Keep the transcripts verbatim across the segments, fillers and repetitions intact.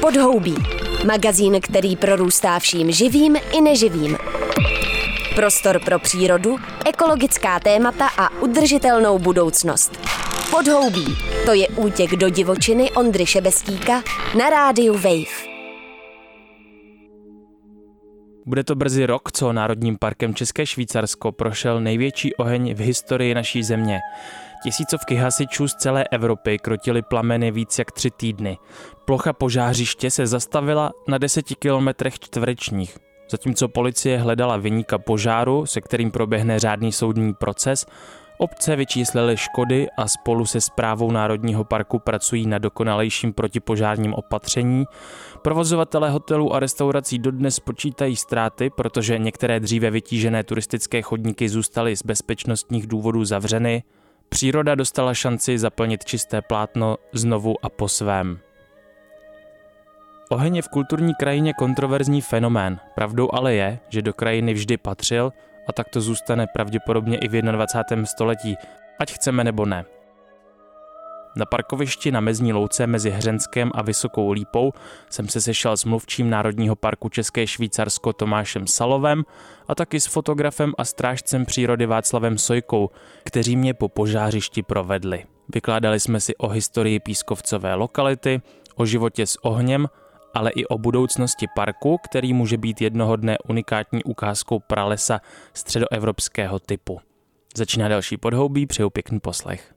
Podhoubí. Magazín, který prorůstá vším živým i neživým. Prostor pro přírodu, ekologická témata a udržitelnou budoucnost. Podhoubí. To je útěk do divočiny Ondry Šebestíka na rádiu Wave. Bude to brzy rok, co Národním parkem České Švýcarsko prošel největší oheň v historii naší země. Tisícovky hasičů z celé Evropy krotily plameny víc jak tři týdny. Plocha požářiště se zastavila na deseti kilometrech čtverečních. Zatímco policie hledala viníka požáru, se kterým proběhne řádný soudní proces, obce vyčíslily škody a spolu se správou Národního parku pracují na dokonalejším protipožárním opatření. Provozovatelé hotelů a restaurací dodnes počítají ztráty, protože některé dříve vytížené turistické chodníky zůstaly z bezpečnostních důvodů zavřeny. Příroda dostala šanci zaplnit čisté plátno znovu a po svém. Oheň je v kulturní krajině kontroverzní fenomén. Pravdou ale je, že do krajiny vždy patřil a tak to zůstane pravděpodobně i v dvacátém prvním století, ať chceme nebo ne. Na parkovišti na mezní louce mezi Hřenskem a Vysokou Lípou jsem se sešel s mluvčím Národního parku České Švýcarsko Tomášem Salovem a taky s fotografem a strážcem přírody Václavem Sojkou, kteří mě po požářišti provedli. Vykládali jsme si o historii pískovcové lokality, o životě s ohněm, ale i o budoucnosti parku, který může být jednoho dne unikátní ukázkou pralesa středoevropského typu. Začíná další Podhoubí, přeju pěkný poslech.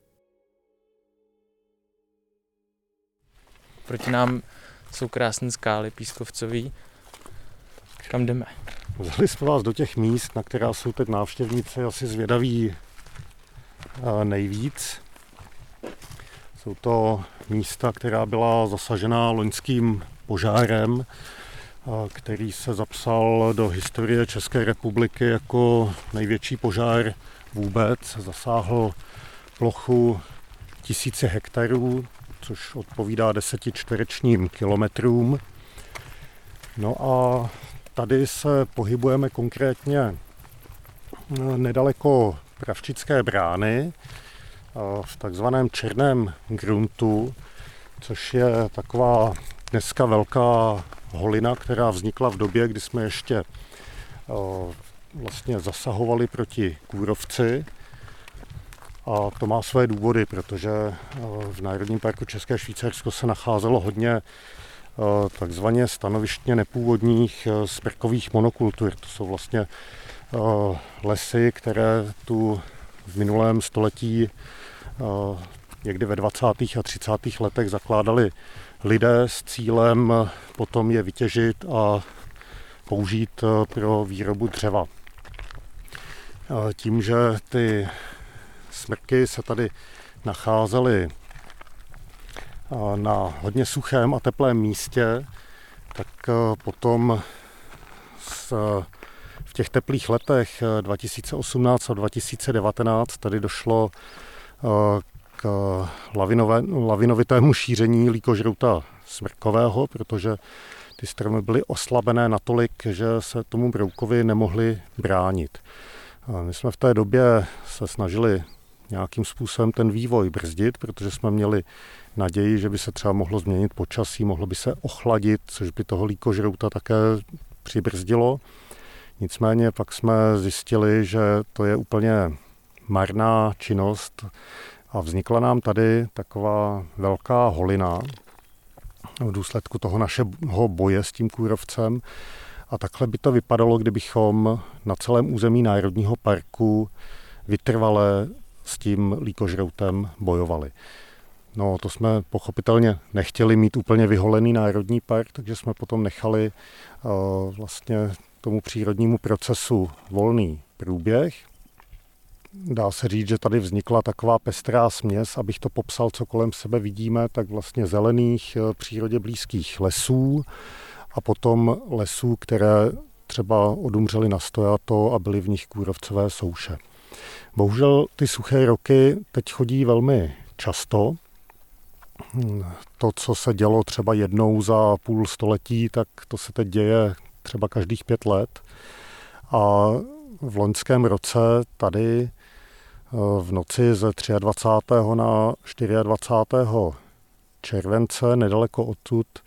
Proti nám jsou krásné skály pískovcový. Kam jdeme? Vzali jsme vás do těch míst, na která jsou teď návštěvníci asi zvědaví nejvíc. Jsou to místa, která byla zasažena loňským požárem, který se zapsal do historie České republiky jako největší požár vůbec. Zasáhl plochu tisíce hektarů, což odpovídá deseti čtverečním kilometrům. No a tady se pohybujeme konkrétně nedaleko Pravčické brány, v takzvaném černém gruntu, což je taková dneska velká holina, která vznikla v době, kdy jsme ještě vlastně zasahovali proti kůrovci. A to má své důvody, protože v Národním parku České Švýcarsko se nacházelo hodně takzvaně stanovištně nepůvodních smrkových monokultur. To jsou vlastně lesy, které tu v minulém století někdy ve dvacátých a třicátých letech zakládali lidé s cílem potom je vytěžit a použít pro výrobu dřeva. Tím, že ty smrky se tady nacházely na hodně suchém a teplém místě, tak potom v těch teplých letech dva tisíce osmnáct a dva tisíce devatenáct tady došlo k lavinové, lavinovitému šíření líkožrouta smrkového, protože ty stromy byly oslabené natolik, že se tomu broukovi nemohli bránit. My jsme v té době se snažili nějakým způsobem ten vývoj brzdit, protože jsme měli naději, že by se třeba mohlo změnit počasí, mohlo by se ochladit, což by toho líkožrouta také přibrzdilo. Nicméně pak jsme zjistili, že to je úplně marná činnost a vznikla nám tady taková velká holina v důsledku toho našeho boje s tím kůrovcem. A takhle by to vypadalo, kdybychom na celém území Národního parku vytrvale s tím líkožroutem bojovali. No, to jsme pochopitelně nechtěli mít úplně vyholený národní park, takže jsme potom nechali uh, vlastně tomu přírodnímu procesu volný průběh. Dá se říct, že tady vznikla taková pestrá směs, abych to popsal, co kolem sebe vidíme, tak vlastně zelených, přírodě blízkých lesů a potom lesů, které třeba odumřely na stojato a byly v nich kůrovcové souše. Bohužel ty suché roky teď chodí velmi často. To, co se dělo třeba jednou za půl století, tak to se teď děje třeba každých pět let. A v loňském roce tady v noci ze dvacátého třetího na dvacátého čtvrtého července nedaleko odtud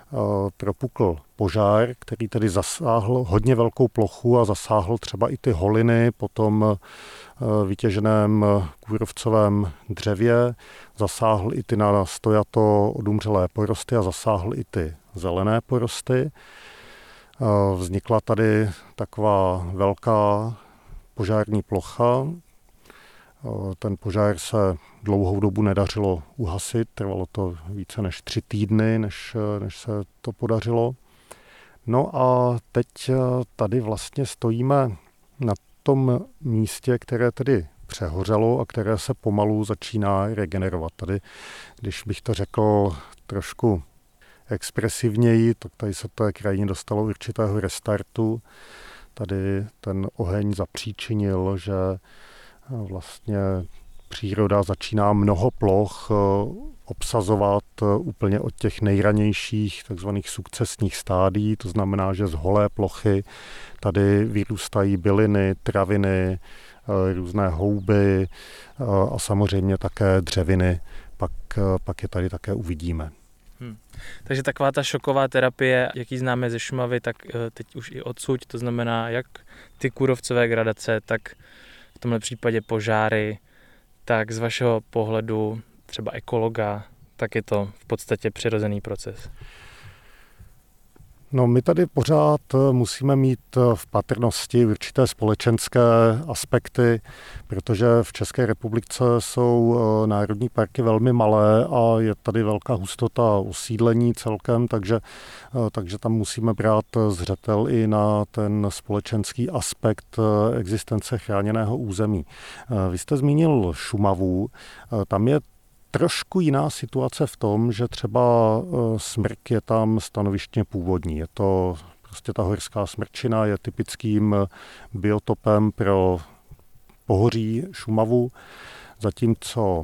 propukl požár, který tedy zasáhl hodně velkou plochu a zasáhl třeba i ty holiny po tom vytěženém kůrovcovém dřevě, zasáhl i ty na stojato odumřelé porosty a zasáhl i ty zelené porosty. Vznikla tady taková velká požární plocha. Ten požár se dlouhou dobu nedařilo uhasit, trvalo to více než tři týdny, než, než se to podařilo. No a teď tady vlastně stojíme na tom místě, které tedy přehořelo a které se pomalu začíná regenerovat. Tady, když bych to řekl trošku expresivněji, tak tady se té krajině dostalo určitého restartu. Tady ten oheň zapříčinil, že vlastně příroda začíná mnoho ploch obsazovat úplně od těch nejranějších takzvaných sukcesních stádií, to znamená, že z holé plochy tady vyrůstají byliny, traviny, různé houby a samozřejmě také dřeviny, pak, pak je tady také uvidíme. Hmm. Takže taková ta šoková terapie, jaký známe ze Šumavy, tak teď už i odsud, to znamená jak ty kůrovcové gradace, tak v tomhle případě požáry, tak z vašeho pohledu třeba ekologa, tak je to v podstatě přirozený proces. No, my tady pořád musíme mít v patrnosti určité společenské aspekty, protože v České republice jsou národní parky velmi malé a je tady velká hustota osídlení celkem, takže, takže tam musíme brát zřetel i na ten společenský aspekt existence chráněného území. Vy jste zmínil Šumavu, tam je trošku jiná situace v tom, že třeba smrk je tam stanovištně původní. Je to prostě ta horská smrčina, je typickým biotopem pro pohoří Šumavu, zatímco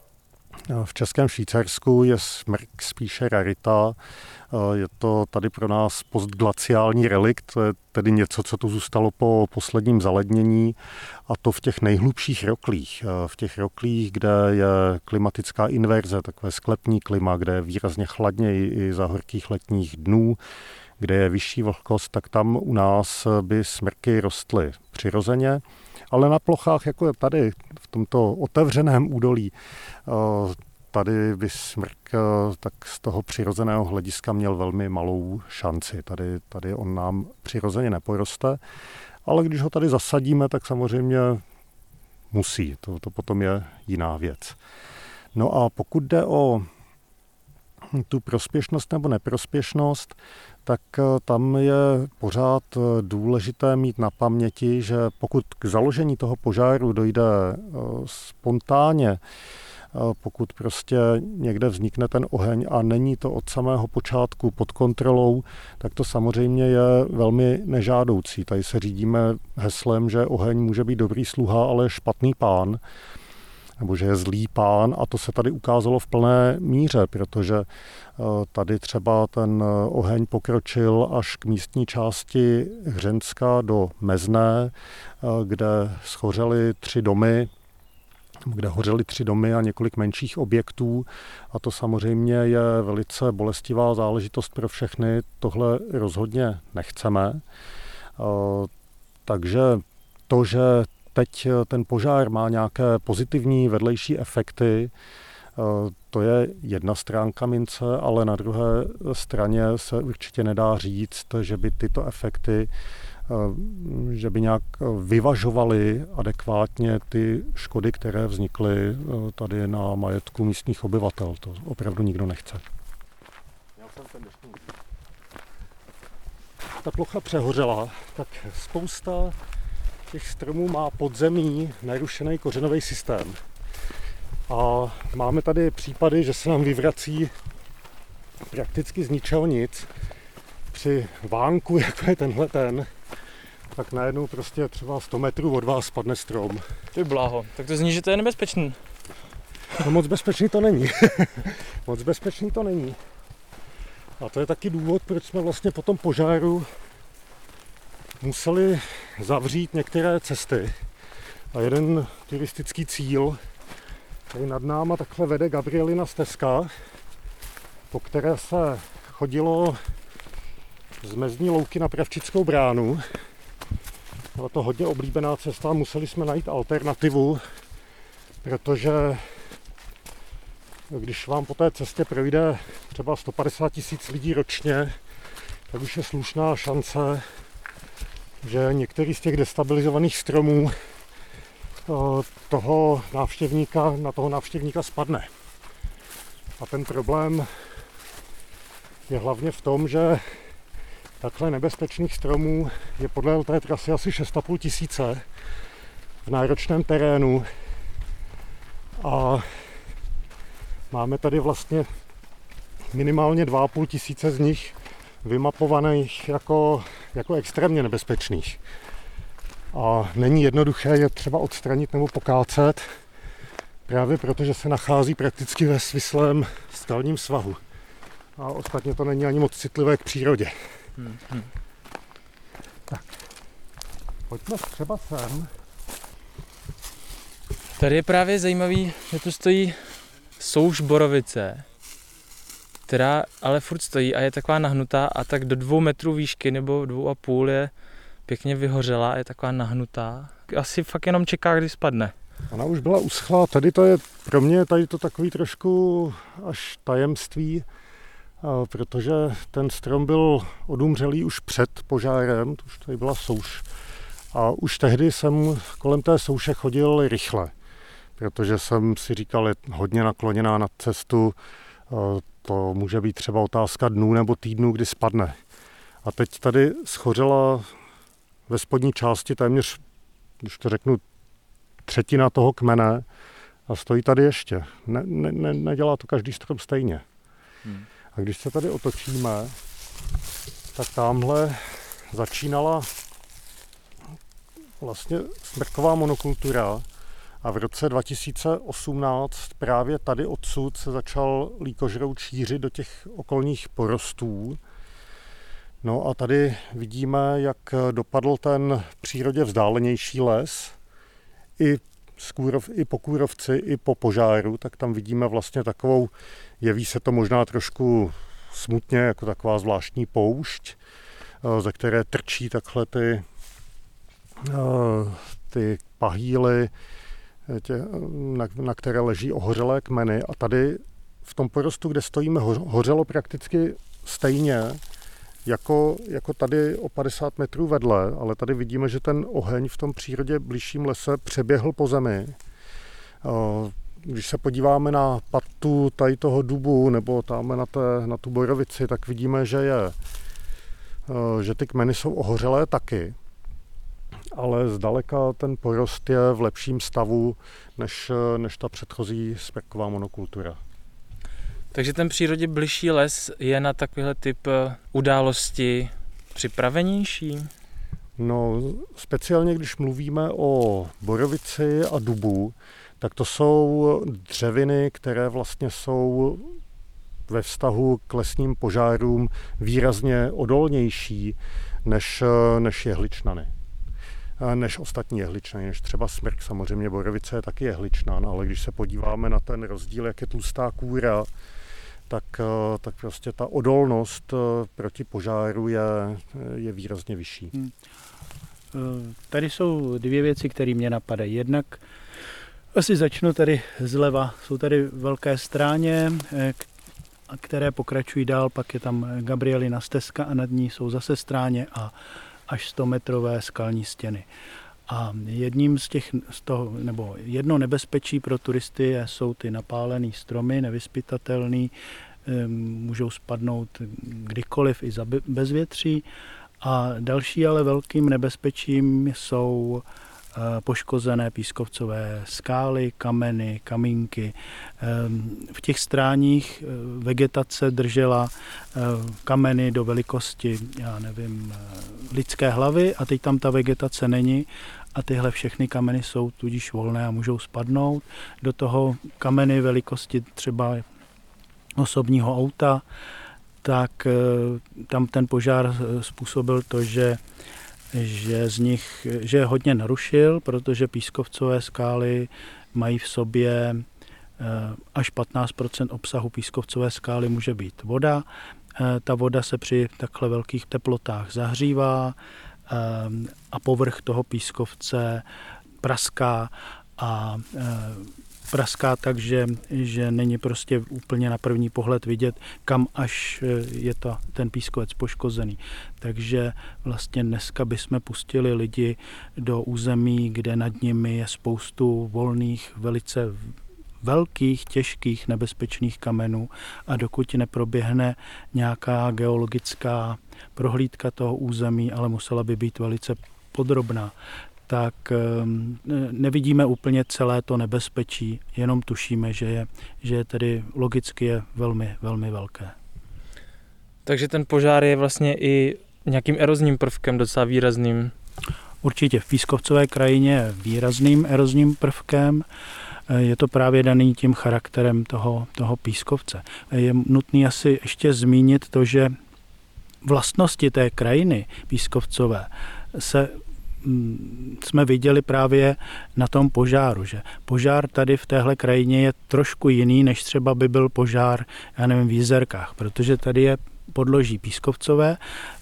v Českém Švýcarsku je smrk spíše rarita. Je to tady pro nás postglaciální relikt, to je tedy něco, co tu zůstalo po posledním zalednění, a to v těch nejhlubších roklích. V těch roklích, kde je klimatická inverze, takové sklepní klima, kde je výrazně chladněji i za horkých letních dnů, kde je vyšší vlhkost, tak tam u nás by smrky rostly přirozeně. Ale na plochách, jako je tady, v tomto otevřeném údolí, tady by smrk tak z toho přirozeného hlediska měl velmi malou šanci. Tady, tady on nám přirozeně neporoste, ale když ho tady zasadíme, tak samozřejmě musí. To, to potom je jiná věc. No a pokud jde o tu prospěšnost nebo neprospěšnost, tak tam je pořád důležité mít na paměti, že pokud k založení toho požáru dojde spontánně, pokud prostě někde vznikne ten oheň a není to od samého počátku pod kontrolou, tak to samozřejmě je velmi nežádoucí. Tady se řídíme heslem, že oheň může být dobrý sluha, ale špatný pán, nebo že je zlý pán, a to se tady ukázalo v plné míře, protože tady třeba ten oheň pokročil až k místní části Hřenska do Mezné, kde schořely tři domy, kde hořely tři domy a několik menších objektů, a to samozřejmě je velice bolestivá záležitost pro všechny. Tohle rozhodně nechceme. Takže to, že teď ten požár má nějaké pozitivní vedlejší efekty, to je jedna stránka mince, ale na druhé straně se určitě nedá říct, že by tyto efekty že by nějak vyvažovaly adekvátně ty škody, které vznikly tady na majetku místních obyvatel. To opravdu nikdo nechce. Ta plocha přehořela, tak spousta těch stromů má podzemí narušený kořenový systém. A máme tady případy, že se nám vyvrací prakticky z ničeho nic. Při vánku, jako je tenhle ten, tak najednou prostě třeba sto metrů od vás spadne strom. Ty bláho, tak to zní, že to je nebezpečný. No moc bezpečný to není. Moc bezpečný to není. A to je taky důvod, proč jsme vlastně po tom požáru museli zavřít některé cesty. A jeden turistický cíl, který nad náma takhle vede Gabrielina stezka, po které se chodilo z Mezní louky na Pravčickou bránu. Byla to hodně oblíbená cesta, museli jsme najít alternativu, protože když vám po té cestě projde třeba sto padesát tisíc lidí ročně, tak už je slušná šance, že některý z těch destabilizovaných stromů toho návštěvníka, na toho návštěvníka spadne. A ten problém je hlavně v tom, že takhle nebezpečných stromů je podle té trasy asi šest a půl tisíce v náročném terénu. A máme tady vlastně minimálně dva a půl tisíce z nich vymapovaných jako, jako extrémně nebezpečných. A není jednoduché je třeba odstranit nebo pokácet, právě protože se nachází prakticky ve svislém skalním svahu. A ostatně to není ani moc citlivé k přírodě. Hmm, hmm. Tak, pojďme třeba sem. Tady je právě zajímavý, že tu stojí souš borovice, která ale furt stojí a je taková nahnutá a tak do dvou metrů výšky nebo dvou a půl je pěkně vyhořela, je taková nahnutá. Asi fakt jenom čeká, kdy spadne. Ona už byla uschlá, tady to je pro mě tady to takový trošku až tajemství, protože ten strom byl odumřelý už před požárem, už tady byla souš. A už tehdy jsem kolem té souše chodil rychle, protože jsem si říkal, je hodně nakloněná nad cestu, to může být třeba otázka dnů nebo týdnů, kdy spadne. A teď tady schořela ve spodní části téměř, když to řeknu, třetina toho kmene a stojí tady ještě. Ne, ne, ne, nedělá to každý strom stejně. Hmm. A když se tady otočíme, tak tamhle začínala vlastně smrková monokultura a v roce dva tisíce osmnáct právě tady odsud se začal líkožrout šířit do těch okolních porostů. No a tady vidíme, jak dopadl ten v přírodě vzdálenější les i, skůrov, i po kůrovci, i po požáru, tak tam vidíme vlastně takovou, jeví se to možná trošku smutně, jako taková zvláštní poušť, ze které trčí takhle ty, ty pahýly, tě, na, na které leží ohořelé kmeny. A tady v tom porostu, kde stojíme, hořelo prakticky stejně, Jako, jako tady o padesát metrů vedle, ale tady vidíme, že ten oheň v tom přírodě blížším lese přeběhl po zemi. Když se podíváme na patu tady toho dubu nebo tam na, té, na tu borovici, tak vidíme, že, je, že ty kmeny jsou ohořelé taky, ale zdaleka ten porost je v lepším stavu než, než ta předchozí smrková monokultura. Takže ten přírodě bližší les je na takovýhle typ události připravenější? No, speciálně když mluvíme o borovici a dubu, tak to jsou dřeviny, které vlastně jsou ve vztahu k lesním požárům výrazně odolnější než, než jehličnany. Než ostatní jehličnany, než třeba smrk. Samozřejmě borovice je taky jehličnan, ale když se podíváme na ten rozdíl, jak je tlustá kůra, tak, tak prostě ta odolnost proti požáru je, je výrazně vyšší. Hmm. Tady jsou dvě věci, které mě napadají. Jednak asi začnu tady zleva. Jsou tady velké stráně, které pokračují dál, pak je tam Gabrielina stezka a nad ní jsou zase stráně a až sto metrové skalní stěny. A jedním z těch, z toho, nebo jedno nebezpečí pro turisty jsou ty napálené stromy, nevyzpytatelný, můžou spadnout kdykoliv i za bezvětří. A další ale velkým nebezpečím jsou poškozené pískovcové skály, kameny, kamínky. V těch stráních vegetace držela kameny do velikosti, já nevím, lidské hlavy a teď tam ta vegetace není a tyhle všechny kameny jsou tudíž volné a můžou spadnout. Do toho kameny velikosti třeba osobního auta, tak tam ten požár způsobil to, že že z nich, že je hodně narušil, protože pískovcové skály mají v sobě až patnáct procent obsahu pískovcové skály může být voda ta voda se při takhle velkých teplotách zahřívá a povrch toho pískovce praská a praská tak, že, že není prostě úplně na první pohled vidět, kam až je to, ten pískovec poškozený. Takže vlastně dneska bychom pustili lidi do území, kde nad nimi je spoustu volných, velice velkých, těžkých, nebezpečných kamenů a dokud neproběhne nějaká geologická prohlídka toho území, ale musela by být velice podrobná, tak nevidíme úplně celé to nebezpečí, jenom tušíme, že je, že je tedy logicky je velmi, velmi velké. Takže ten požár je vlastně i nějakým erozním prvkem docela výrazným? Určitě v pískovcové krajině je výrazným erozním prvkem. Je to právě daný tím charakterem toho, toho pískovce. Je nutné asi ještě zmínit to, že vlastnosti té krajiny pískovcové se jsme viděli právě na tom požáru, že požár tady v téhle krajině je trošku jiný, než třeba by byl požár, já nevím, v Jizerkách, protože tady je podloží pískovcové.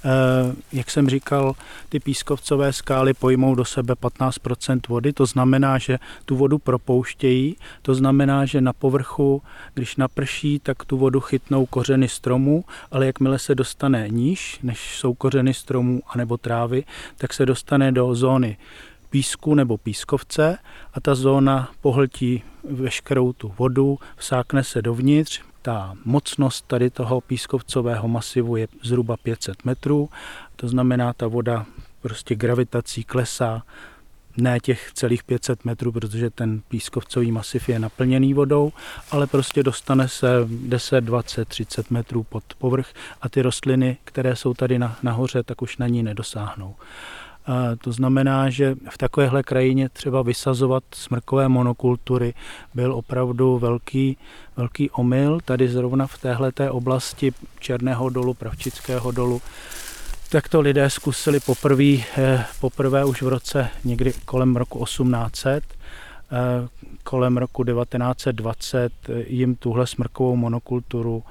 Jak jsem říkal, ty pískovcové skály pojmou do sebe patnáct procent vody, to znamená, že tu vodu propouštějí, to znamená, že na povrchu, když naprší, tak tu vodu chytnou kořeny stromů, ale jakmile se dostane níž, než jsou kořeny stromů anebo trávy, tak se dostane do zóny písku nebo pískovce a ta zóna pohltí veškerou tu vodu, vsákne se dovnitř. Ta mocnost tady toho pískovcového masivu je zhruba pět set metrů, to znamená, ta voda prostě gravitací klesá, ne těch celých pět set metrů, protože ten pískovcový masiv je naplněný vodou, ale prostě dostane se deset, dvacet, třicet metrů pod povrch a ty rostliny, které jsou tady na, nahoře, tak už na ní nedosáhnou. A to znamená, že v takovéhle krajině třeba vysazovat smrkové monokultury byl opravdu velký, velký omyl. Tady zrovna v téhleté oblasti Černého dolu, Pravčického dolu, tak to lidé zkusili poprvé, poprvé už v roce někdy kolem roku osmnáct set. Kolem roku devatenáct set dvacet jim tuhle smrkovou monokulturu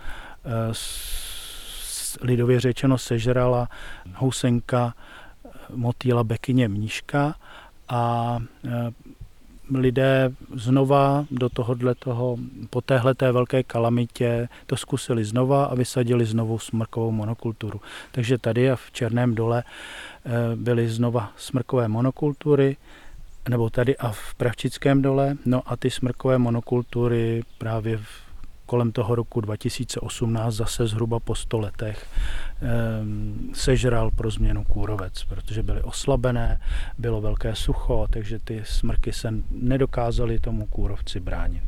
lidově řečeno sežrala housenka, motýla, bekyně, mníška a lidé znova do tohohle toho, po téhleté velké kalamitě to zkusili znova a vysadili znovu smrkovou monokulturu. Takže tady a v Černém dole byly znova smrkové monokultury, nebo tady a v Pravčickém dole, no a ty smrkové monokultury právě v kolem toho roku dva tisíce osmnáct zase zhruba po sto letech sežral pro změnu kůrovec, protože byly oslabené, bylo velké sucho, takže ty smrky se nedokázaly tomu kůrovci bránit.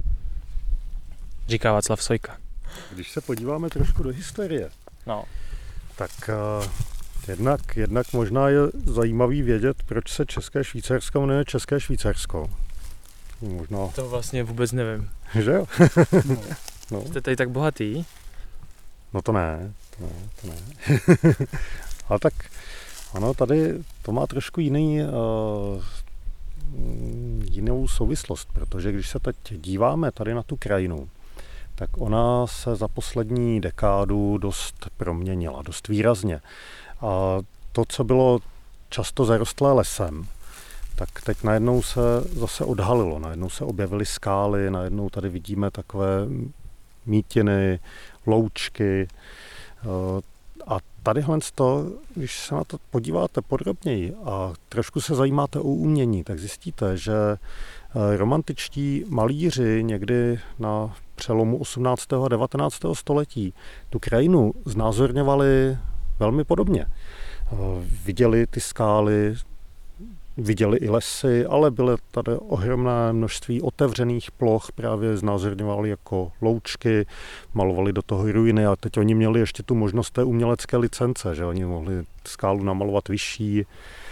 Říká Václav Sojka. Když se podíváme trošku do historie, no. tak uh, jednak, jednak možná je zajímavý vědět, proč se České Švýcarsko jmenuje České Švýcarsko. Možná. To vlastně vůbec nevím. Že jo? No. No. Jste tady tak bohatý? No to ne, to ne, to ne. Ale tak, ano, tady to má trošku jiný, uh, jinou souvislost, protože když se teď díváme tady na tu krajinu, tak ona se za poslední dekádu dost proměnila, dost výrazně. A to, co bylo často zarostlé lesem, tak teď najednou se zase odhalilo, najednou se objevily skály, najednou tady vidíme takové mítiny, loučky. A tadyhle to, když se na to podíváte podrobněji a trošku se zajímáte o umění, tak zjistíte, že romantičtí malíři někdy na přelomu osmnáctého a devatenáctého století tu krajinu znázorňovali velmi podobně. Viděli ty skály, viděli i lesy, ale bylo tady ohromné množství otevřených ploch, právě znázorňovali jako loučky, malovali do toho ruiny a teď oni měli ještě tu možnost té umělecké licence, že oni mohli skálu namalovat vyšší,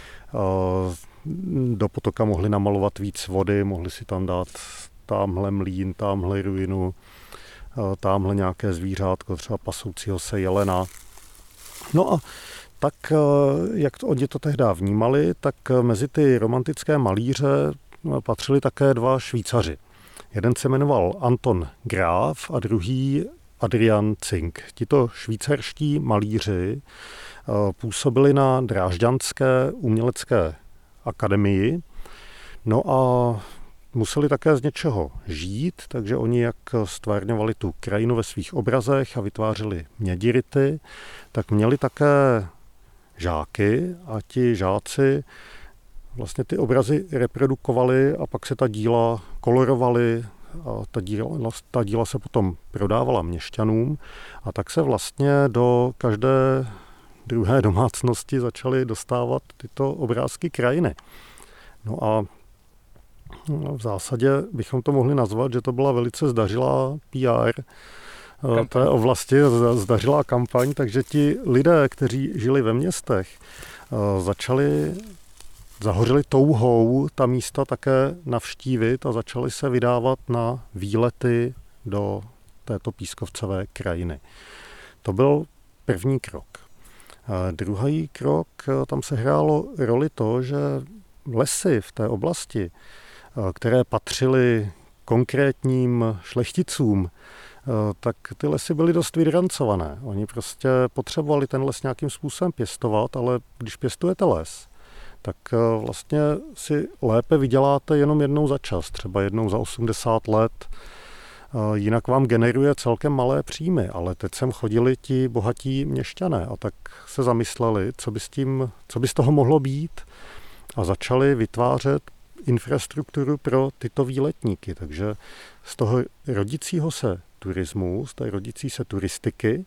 do potoka mohli namalovat víc vody, mohli si tam dát támhle mlýn, támhle ruinu, támhle nějaké zvířátko, třeba pasoucího se jelena. No a tak, jak to, oni to tehdy vnímali, tak mezi ty romantické malíře patřili také dva Švýcaři. Jeden se jmenoval Anton Graf a druhý Adrian Zink. Tito švýcarští malíři působili na Drážďanské umělecké akademii. No a museli také z něčeho žít, takže oni jak stvárňovali tu krajinu ve svých obrazech a vytvářeli mědirity, tak měli také žáky a ti žáci vlastně ty obrazy reprodukovali a pak se ta díla kolorovali a ta díla, ta díla se potom prodávala měšťanům a tak se vlastně do každé druhé domácnosti začaly dostávat tyto obrázky krajiny. No a v zásadě bychom to mohli nazvat, že to byla velice zdařilá P R kampaň. Té oblasti, zdařilá kampaň, takže ti lidé, kteří žili ve městech, začali, zahořili touhou ta místa také navštívit a začali se vydávat na výlety do této pískovcové krajiny. To byl první krok. Druhý krok, tam se hrálo roli to, že lesy v té oblasti, které patřily konkrétním šlechticům, tak ty lesy byly dost vydrancované. Oni prostě potřebovali ten les nějakým způsobem pěstovat, ale když pěstujete les, tak vlastně si lépe vyděláte jenom jednou za čas, třeba jednou za osmdesát let. Jinak vám generuje celkem malé příjmy, ale teď sem chodili ti bohatí měšťané a tak se zamysleli, co by s tím, co by z toho mohlo být a začali vytvářet infrastrukturu pro tyto výletníky. Takže z toho rodícího se turismu, z té rodící se turistiky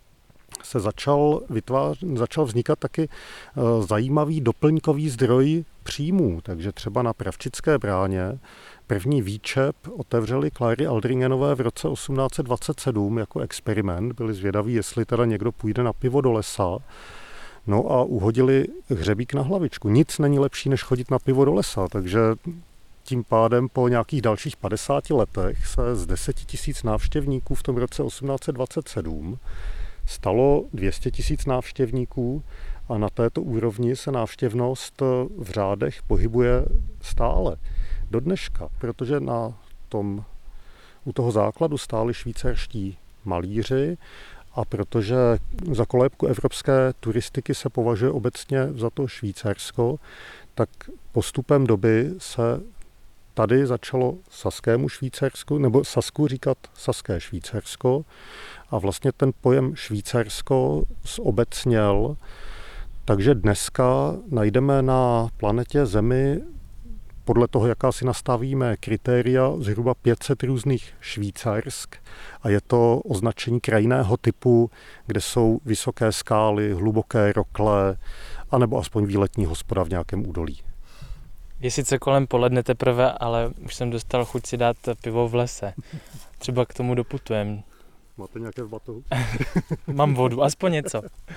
se začal, vytvář, začal vznikat taky zajímavý doplňkový zdroj příjmů. Takže třeba na Pravčické bráně první výčep otevřeli Clary Aldringenové v roce osmnáct set dvacet sedm jako experiment. Byli zvědaví, jestli teda někdo půjde na pivo do lesa. No a uhodili hřebík na hlavičku. Nic není lepší, než chodit na pivo do lesa, takže tím pádem po nějakých dalších padesáti letech se z deseti tisíc návštěvníků v tom roce osmnáct set dvacet sedm stalo dvě stě tisíc návštěvníků a na této úrovni se návštěvnost v řádech pohybuje stále do dneška, protože na tom, u toho základu stáli švýcarští malíři a protože za kolébku evropské turistiky se považuje obecně za to Švýcarsko, tak postupem doby se tady začalo saskému Švýcarsku, nebo Sasku říkat saské Švýcarsko a vlastně ten pojem Švýcarsko zobecněl, takže dneska najdeme na planetě Zemi podle toho, jaká si nastavíme kritéria, zhruba pět set různých Švýcarsk a je to označení krajinného typu, kde jsou vysoké skály, hluboké rokle, anebo aspoň výletní hospoda v nějakém údolí. Je sice kolem poledne teprve, ale už jsem dostal chuť si dát pivo v lese. Třeba k tomu doputujem. Máte nějaké v batohu? Mám vodu, aspoň něco.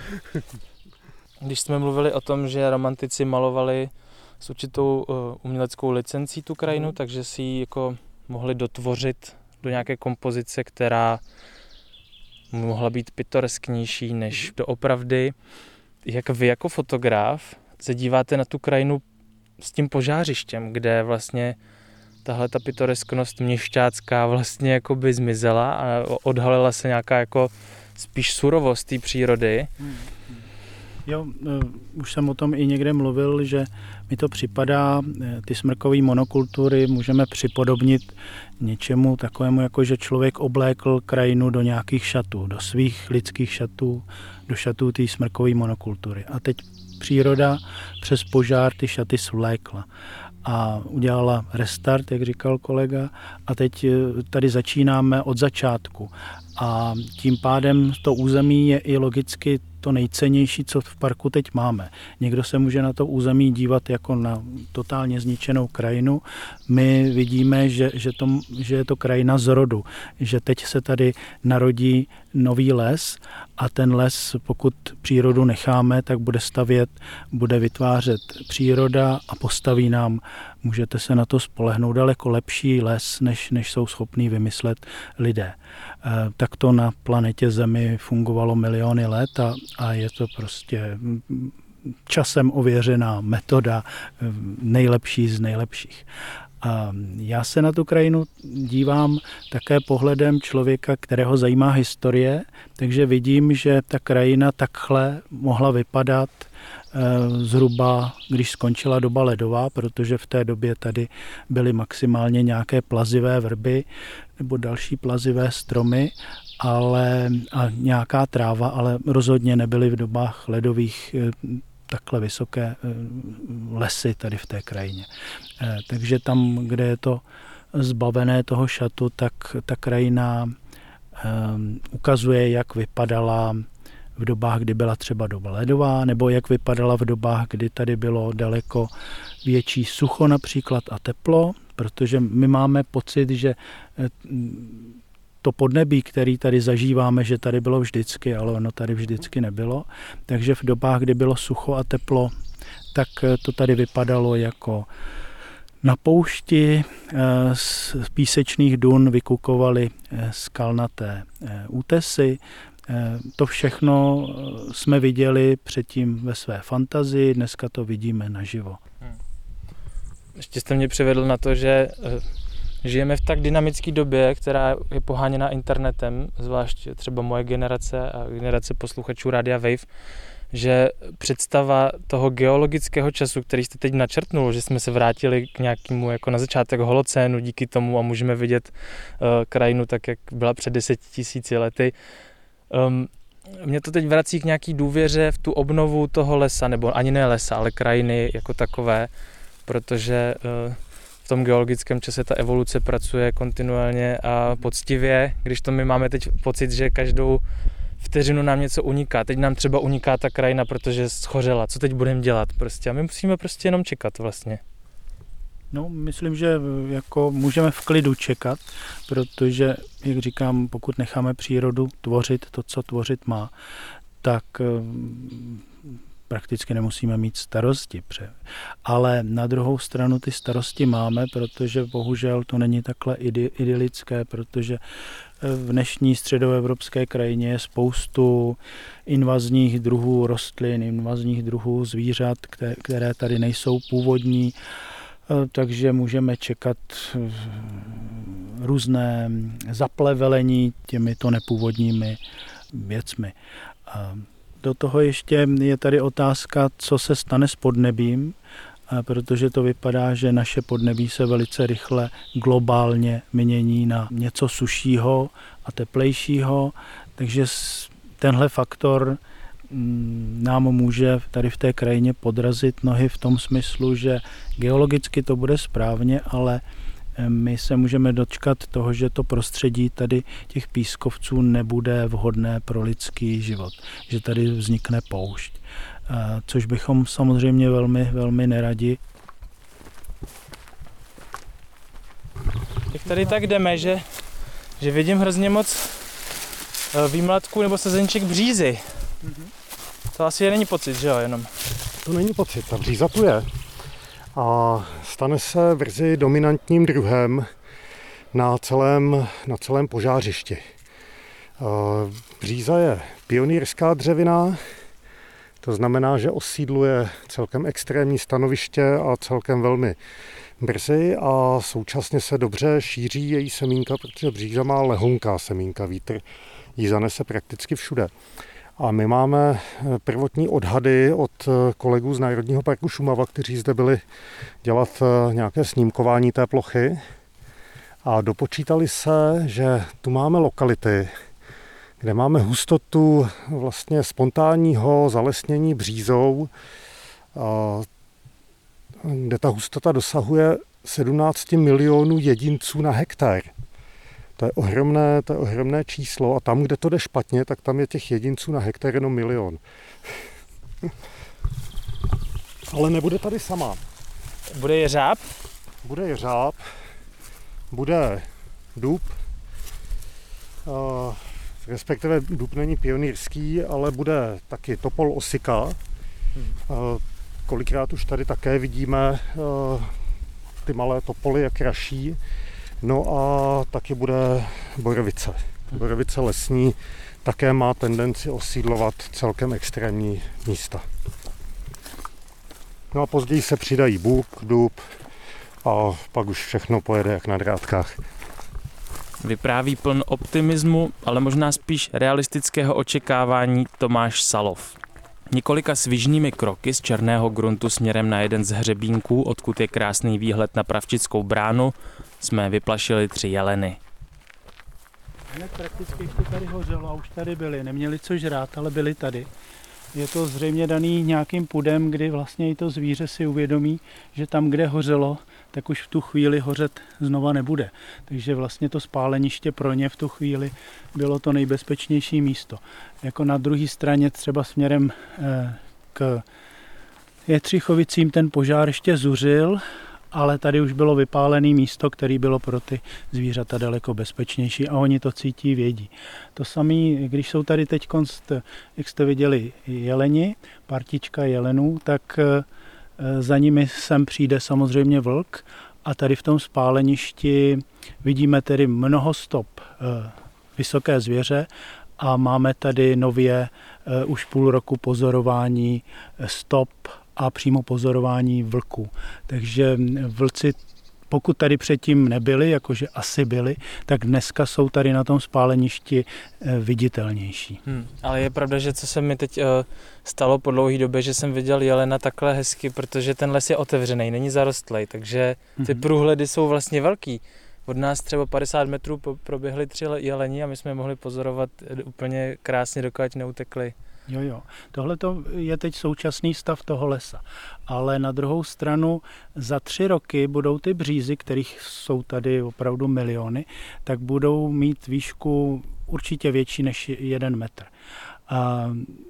Když jsme mluvili o tom, že romantici malovali s určitou uh, uměleckou licencí tu krajinu, mm. takže si ji jako mohli dotvořit do nějaké kompozice, která mohla být pitoresknější než doopravdy. Jak vy jako fotograf se díváte na tu krajinu s tím požářištěm, kde vlastně tahle ta pitoresknost měšťácká vlastně jako by zmizela a odhalila se nějaká jako spíš surovost té přírody. Hmm. Jo, už jsem o tom i někde mluvil, že mi to připadá, ty smrkové monokultury můžeme připodobnit něčemu takovému, jako že člověk oblékl krajinu do nějakých šatů, do svých lidských šatů, do šatů té smrkové monokultury. A teď příroda přes požár ty šaty svlékla a udělala restart, jak říkal kolega, a teď tady začínáme od začátku. A tím pádem to území je i logicky to nejcennější, co v parku teď máme. Někdo se může na to území dívat jako na totálně zničenou krajinu. My vidíme, že, že, to, že je to krajina z rodu, že teď se tady narodí nový les a ten les, pokud přírodu necháme, tak bude stavět, bude vytvářet příroda a postaví nám, můžete se na to spolehnout, daleko lepší les, než, než jsou schopní vymyslet lidé. Tak to na planetě Zemi fungovalo miliony let a, a je to prostě časem ověřená metoda, nejlepší z nejlepších. A já se na tu krajinu dívám také pohledem člověka, kterého zajímá historie, takže vidím, že ta krajina takhle mohla vypadat zhruba, když skončila doba ledová, protože v té době tady byly maximálně nějaké plazivé vrby nebo další plazivé stromy, ale a nějaká tráva, ale rozhodně nebyly v dobách ledových takhle vysoké lesy tady v té krajině. Takže tam, kde je to zbavené toho šatu, tak ta krajina ukazuje, jak vypadala v dobách, kdy byla třeba doba ledová, nebo jak vypadala v dobách, kdy tady bylo daleko větší sucho například a teplo, protože my máme pocit, že to podnebí, který tady zažíváme, že tady bylo vždycky, ale ono tady vždycky nebylo. Takže v dobách, kdy bylo sucho a teplo, tak to tady vypadalo jako na poušti. Z písečných dun vykukovaly skalnaté útesy. To všechno jsme viděli předtím ve své fantazii, dneska to vidíme naživo. Ještě jste mě přivedl na to, že žijeme v tak dynamické době, která je poháněna internetem, zvlášť třeba moje generace a generace posluchačů Rádia Wave, že představa toho geologického času, který jste teď načrtnul, že jsme se vrátili k nějakému jako na začátek holocénu díky tomu a můžeme vidět uh, krajinu tak, jak byla před deseti tisíci lety. Um, mě to teď vrací k nějaký důvěře v tu obnovu toho lesa, nebo ani ne lesa, ale krajiny jako takové, protože uh, v tom geologickém čase ta evoluce pracuje kontinuálně a poctivě, když to my máme teď pocit, že každou vteřinu nám něco uniká. Teď nám třeba uniká ta krajina, protože schořela. Co teď budeme dělat prostě? A my musíme prostě jenom čekat vlastně. No, myslím, že jako můžeme v klidu čekat, protože, jak říkám, pokud necháme přírodu tvořit to, co tvořit má, tak prakticky nemusíme mít starosti. Ale na druhou stranu ty starosti máme, protože bohužel to není takhle idylické, protože v dnešní středoevropské krajině je spoustu invazních druhů rostlin, invazních druhů zvířat, které tady nejsou původní, takže můžeme čekat různé zaplevelení těmito nepůvodními věcmi. Do toho ještě je tady otázka, co se stane s podnebím, protože to vypadá, že naše podnebí se velice rychle globálně mění na něco sušího a teplejšího, takže tenhle faktor nám může tady v té krajině podrazit nohy v tom smyslu, že geologicky to bude správně, ale my se můžeme dočkat toho, že to prostředí tady těch pískovců nebude vhodné pro lidský život, že tady vznikne poušť, což bychom samozřejmě velmi, velmi neradi. Jak tady tak jdeme, že, že vidím hrozně moc výmlatků nebo sezenček břízy. To asi není pocit, že jo, jenom? To není pocit, ta bříza tu je. A stane se brzy dominantním druhem na celém, na celém požářišti. Bříza je pionýrská dřevina, to znamená, že osídluje celkem extrémní stanoviště a celkem velmi brzy a současně se dobře šíří její semínka, protože bříza má lehonká semínka, vítr ji zanese prakticky všude. A my máme prvotní odhady od kolegů z Národního parku Šumava, kteří zde byli dělat nějaké snímkování té plochy a dopočítali se, že tu máme lokality, kde máme hustotu vlastně spontánního zalesnění břízou, kde ta hustota dosahuje sedmnáct milionů jedinců na hektar. To je ohromné, to je ohromné číslo a tam, kde to jde špatně, tak tam je těch jedinců na hektar jenom milion. Ale nebude tady sama. Bude jeřáb? Bude jeřáb, bude dub, uh, respektive dub není pionýrský, ale bude taky topol osika. Uh, kolikrát už tady také vidíme uh, ty malé topoly, jak raší. No a taky bude borovice. Borovice lesní také má tendenci osídlovat celkem extrémní místa. No a později se přidají bůh, dub a pak už všechno pojede jak na drátkách. Vypráví pln optimismu, ale možná spíš realistického očekávání Tomáš Salov. Několika svižnými kroky z černého gruntu směrem na jeden z hřebínků, odkud je krásný výhled na Pravčickou bránu, jsme vyplašili tři jeleny. Hned prakticky už to tady hořelo a už tady byli. Neměli co žrát, ale byli tady. Je to zřejmě daný nějakým pudem, kdy vlastně i to zvíře si uvědomí, že tam, kde hořelo, tak už v tu chvíli hořet znova nebude. Takže vlastně to spáleniště pro ně v tu chvíli bylo to nejbezpečnější místo. Jako na druhé straně třeba směrem k Jetřichovicím ten požár ještě zuřil, ale tady už bylo vypálené místo, které bylo pro ty zvířata daleko bezpečnější a oni to cítí, vědí. To samé, když jsou tady teď, jak jste viděli, jeleni, partička jelenů, tak za nimi sem přijde samozřejmě vlk a tady v tom spáleništi vidíme tedy mnoho stop vysoké zvěře a máme tady nově už půl roku pozorování stop a přímo pozorování vlků. Takže vlci, pokud tady předtím nebyli, jakože asi byli, tak dneska jsou tady na tom spáleništi viditelnější. Hmm, ale je pravda, že co se mi teď uh, stalo po dlouhé době, že jsem viděl jelena takhle hezky, protože ten les je otevřený, není zarostlej, takže ty hmm. průhledy jsou vlastně velký. Od nás třeba padesát metrů proběhly tři jeleni a my jsme je mohli pozorovat úplně krásně, dokud neutekli. Jo, jo. Tohle je teď současný stav toho lesa. Ale na druhou stranu za tři roky budou ty břízy, kterých jsou tady opravdu miliony, tak budou mít výšku určitě větší než jeden metr. A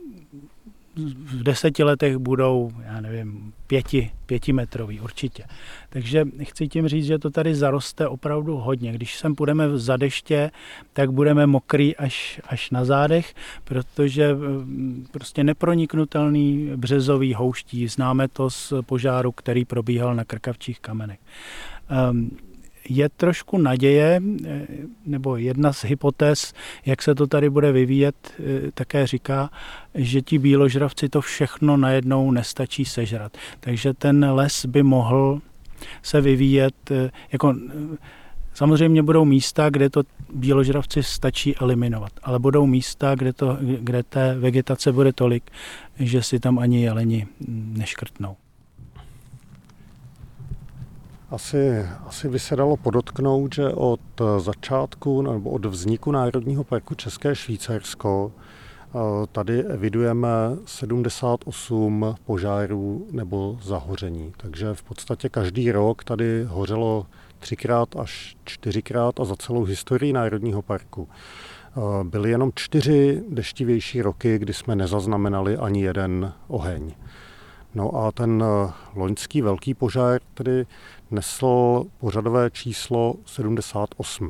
v deseti letech budou, já nevím, pěti, pětimetrový určitě. Takže chci tím říct, že to tady zaroste opravdu hodně. Když sem půjdeme za deště, tak budeme mokrý až, až na zádech, protože prostě neproniknutelný březový houští. Známe to z požáru, který probíhal na Krkavčích kamenech. Um, Je trošku naděje, nebo jedna z hypotéz, jak se to tady bude vyvíjet, také říká, že ti bíložravci to všechno najednou nestačí sežrat. Takže ten les by mohl se vyvíjet, jako samozřejmě budou místa, kde to bíložravci stačí eliminovat, ale budou místa, kde, to, kde té vegetace bude tolik, že si tam ani jeleni neškrtnou. Asi, asi by se dalo podotknout, že od začátku nebo od vzniku Národního parku České Švýcarsko tady evidujeme sedmdesát osm požárů nebo zahoření. Takže v podstatě každý rok tady hořelo třikrát až čtyřikrát a za celou historii Národního parku. Byly jenom čtyři deštivější roky, kdy jsme nezaznamenali ani jeden oheň. No a ten loňský velký požár tedy nesl pořadové číslo sedmdesát osm.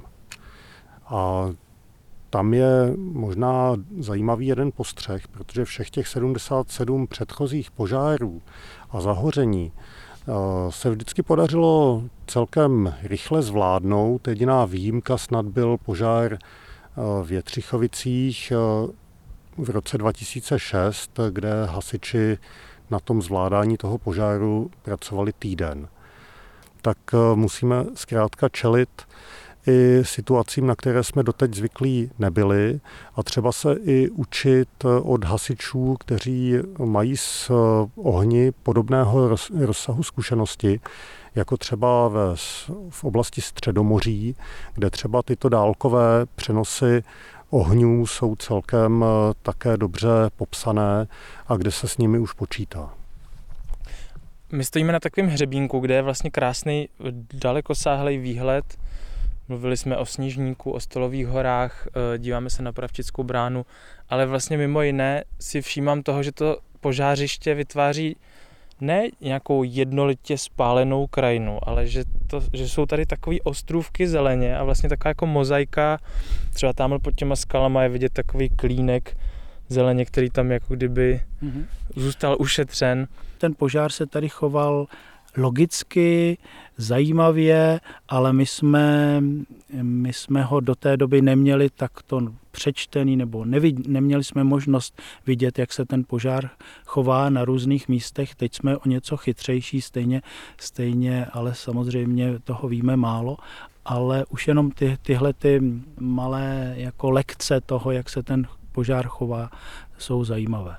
A tam je možná zajímavý jeden postřeh, protože všech těch sedmdesát sedm předchozích požárů a zahoření se vždycky podařilo celkem rychle zvládnout. Jediná výjimka snad byl požár v Jetřichovicích v roce dva tisíce šest, kde hasiči na tom zvládání toho požáru pracovali týden. Tak musíme zkrátka čelit i situacím, na které jsme doteď zvyklí nebyli a třeba se i učit od hasičů, kteří mají s ohni podobného rozsahu zkušenosti, jako třeba ve, v oblasti Středomoří, kde třeba tyto dálkové přenosy ohňů jsou celkem také dobře popsané a kde se s nimi už počítá. My stojíme na takovém hřebínku, kde je vlastně krásný dalekosáhlej výhled. Mluvili jsme o Sněžníku, o Stolových horách, díváme se na Pravčickou bránu, ale vlastně mimo jiné si všímám toho, že to požářiště vytváří ne nějakou jednolitě spálenou krajinu, ale že, to, že jsou tady takové ostrůvky zeleně a vlastně taková jako mozaika, třeba tamhle pod těma skalama je vidět takový klínek zeleně, který tam jako kdyby mm-hmm. zůstal ušetřen. Ten požár se tady choval logicky, zajímavě, ale my jsme, my jsme ho do té doby neměli takto přečtený, nebo nevid, neměli jsme možnost vidět, jak se ten požár chová na různých místech. Teď jsme o něco chytřejší, stejně, stejně, ale samozřejmě toho víme málo. Ale už jenom ty, tyhle ty malé jako lekce toho, jak se ten požár chová, jsou zajímavé.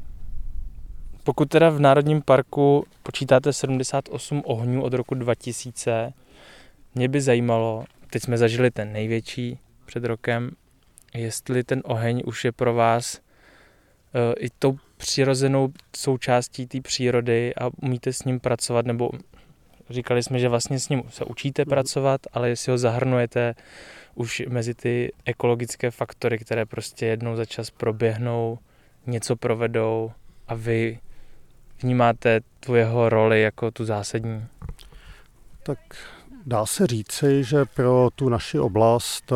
Pokud teda v Národním parku počítáte sedmdesát osm ohňů od roku dva tisíce, mě by zajímalo, teď jsme zažili ten největší před rokem, jestli ten oheň už je pro vás e, i tou přirozenou součástí té přírody a umíte s ním pracovat, nebo říkali jsme, že vlastně s ním se učíte pracovat, ale jestli ho zahrnujete už mezi ty ekologické faktory, které prostě jednou za čas proběhnou, něco provedou a vy vnímáte tu jeho roli jako tu zásadní? Tak dá se říci, že pro tu naši oblast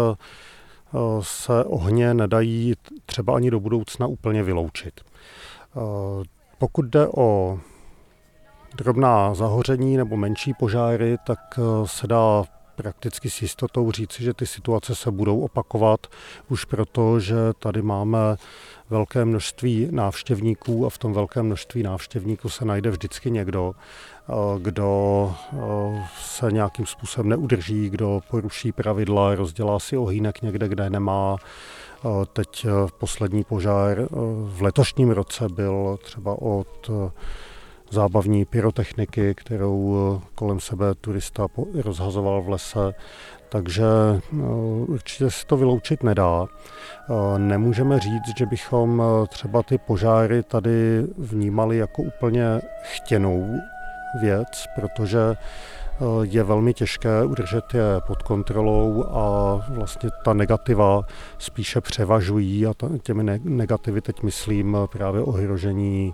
se ohně nedají třeba ani do budoucna úplně vyloučit. Pokud jde o drobná zahoření nebo menší požáry, tak se dá prakticky s jistotou říci, že ty situace se budou opakovat už proto, že tady máme velké množství návštěvníků a v tom velkém množství návštěvníků se najde vždycky někdo, kdo se nějakým způsobem neudrží, kdo poruší pravidla, rozdělá si ohýnek někde, kde nemá. Teď poslední požár v letošním roce byl třeba od zábavní pyrotechniky, kterou kolem sebe turista rozhazoval v lese, takže určitě se to vyloučit nedá. Nemůžeme říct, že bychom třeba ty požáry tady vnímali jako úplně chtěnou věc, protože je velmi těžké udržet je pod kontrolou a vlastně ta negativa spíše převažují a těmi negativy teď myslím právě ohrožení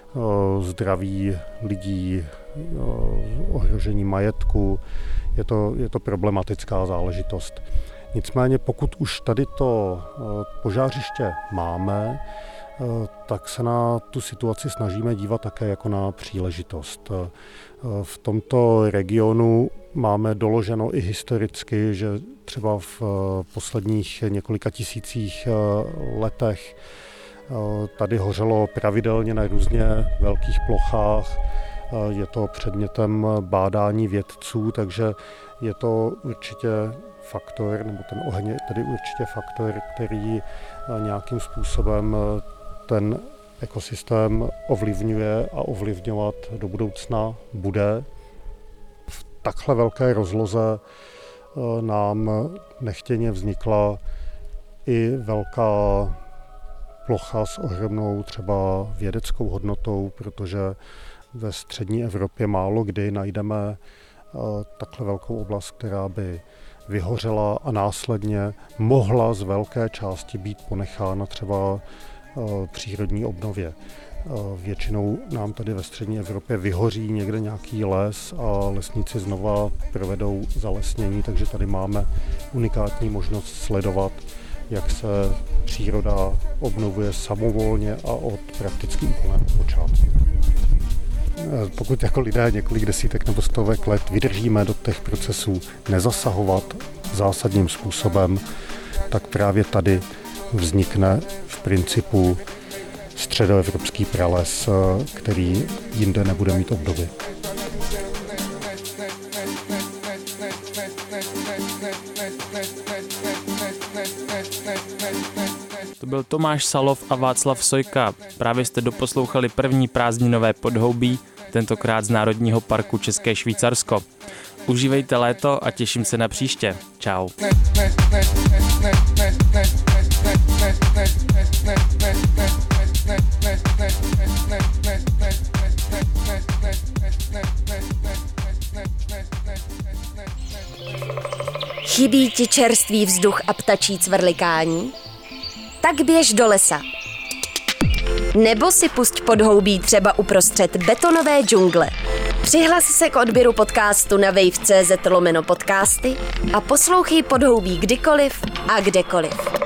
zdraví lidí, ohrožení majetku. Je to, je to problematická záležitost. Nicméně pokud už tady to požářiště máme, tak se na tu situaci snažíme dívat také jako na příležitost. V tomto regionu máme doloženo i historicky, že třeba v posledních několika tisících letech tady hořelo pravidelně na různě velkých plochách. Je to předmětem bádání vědců, takže je to určitě faktor, nebo ten oheň je tedy určitě faktor, který nějakým způsobem ten ekosystém ovlivňuje a ovlivňovat do budoucna bude. V takhle velké rozloze nám nechtěně vznikla i velká plocha s ohromnou třeba vědeckou hodnotou, protože ve střední Evropě málo kdy najdeme takhle velkou oblast, která by vyhořela a následně mohla z velké části být ponechána třeba přírodní obnově. Většinou nám tady ve střední Evropě vyhoří někde nějaký les a lesníci znova provedou zalesnění, takže tady máme unikátní možnost sledovat, jak se příroda obnovuje samovolně a od prakticky úplného počátku. Pokud jako lidé několik desítek nebo stovek let vydržíme do těch procesů nezasahovat zásadním způsobem, tak právě tady vznikne v principu středoevropský prales, který jinde nebude mít obdoby. To byl Tomáš Salov a Václav Sojka. Právě jste doposlouchali první prázdninové podhoubí, tentokrát z Národního parku České Švýcarsko. Užívejte léto a těším se na příště. Čau. Chybí ti čerstvý vzduch a ptačí cvrlikání? Tak běž do lesa. Nebo si pusť podhoubí třeba uprostřed betonové džungle. Přihlas se k odběru podcastu na wave tečka cz lomeno podcasty a poslouchej podhoubí kdykoliv a kdekoliv.